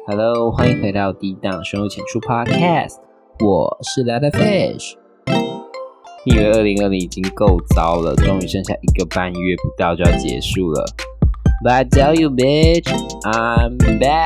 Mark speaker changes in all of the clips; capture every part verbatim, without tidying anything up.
Speaker 1: Hello， 欢迎回到低档深入浅出 Podcast， 我是 Lada Fish。你以为二零二零已经够糟了，终于剩下一个半月不到就要结束了。But I tell you, bitch, I'm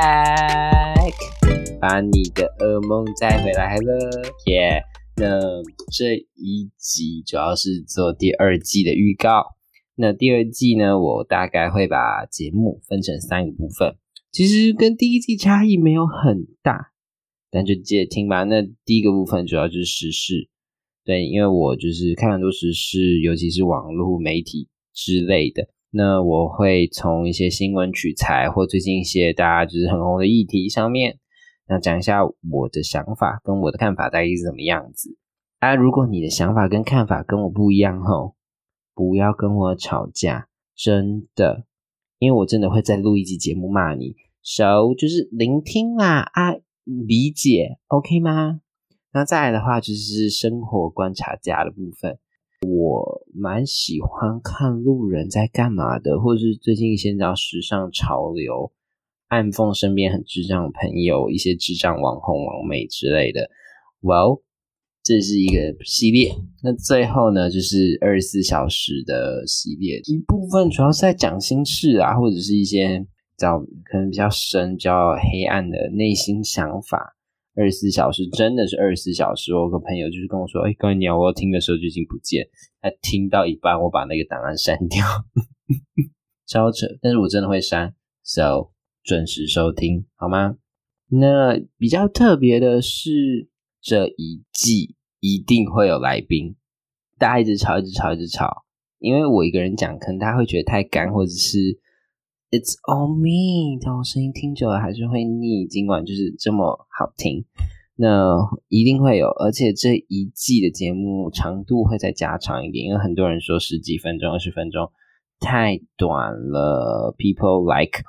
Speaker 1: back， 把你的噩梦带回来了 ，Yeah。那这一集主要是做第二季的预告。那第二季呢，我大概会把节目分成三个部分。其实跟第一季差异没有很大，但就接着听吧。那第一个部分主要就是时事，对，因为我就是看很多时事，尤其是网络媒体之类的。那我会从一些新闻取材，或最近一些大家就是很红的议题上面，那讲一下我的想法跟我的看法大概是怎么样子。啊，如果你的想法跟看法跟我不一样吼，不要跟我吵架，真的。因为我真的会再录一集节目骂你 ，so 就是聆听啦啊，理解 ，OK 吗？那再来的话就是生活观察家的部分，我蛮喜欢看路人在干嘛的，或者是最近一些叫时尚潮流，暗讽身边很智障的朋友，一些智障网红网美之类的 ，well。这是一个系列，那最后呢就是二十四小时的系列，一部分主要是在讲心事啊，或者是一些比较可能比较深、比较黑暗的内心想法。二十四小时真的是二十四小时，我有个朋友就是跟我说，哎，刚才你要我听的时候就已经不见，他听到一半我把那个档案删掉，超扯，但是我真的会删 ，so 准时收听好吗？那比较特别的是。这一季一定会有来宾，大家一直吵一直吵一直吵，因为我一个人讲可能大家会觉得太干，或者是 It's all me， 但我声音听久了还是会腻，尽管就是这么好听，那一定会有，而且这一季的节目长度会再加长一点，因为很多人说十几分钟二十分钟太短了， People like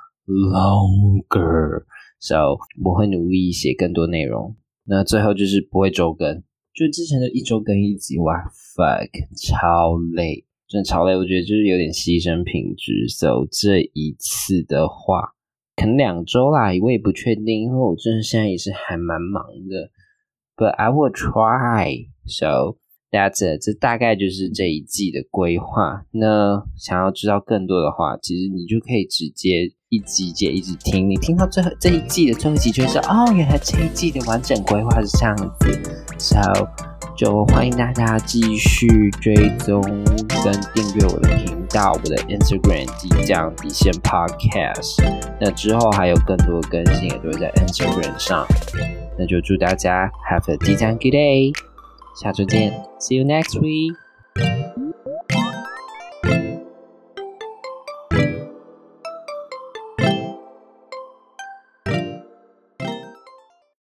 Speaker 1: longer， so 我会努力写更多内容。那最后就是不会周更，就之前的一周更一集，哇 fuck 超累，真的超累，我觉得就是有点牺牲品质， so 这一次的话可能两周啦，我也不确定，因为我真的现在也是还蛮忙的 but I will try， so that's it， 这大概就是这一季的规划。那想要知道更多的话，其实你就可以直接一集接一直听，你听到最后这一季的最后一集就会说，哦，原来这一季的完整规划是这样子。So 就欢迎大家继续追踪跟订阅我的频道，我的 Instagram 低降底线 Podcast。那之后还有更多的更新也都会在 Instagram 上。那就祝大家 Have a 低降 Good day， 下周见 ，See you next week。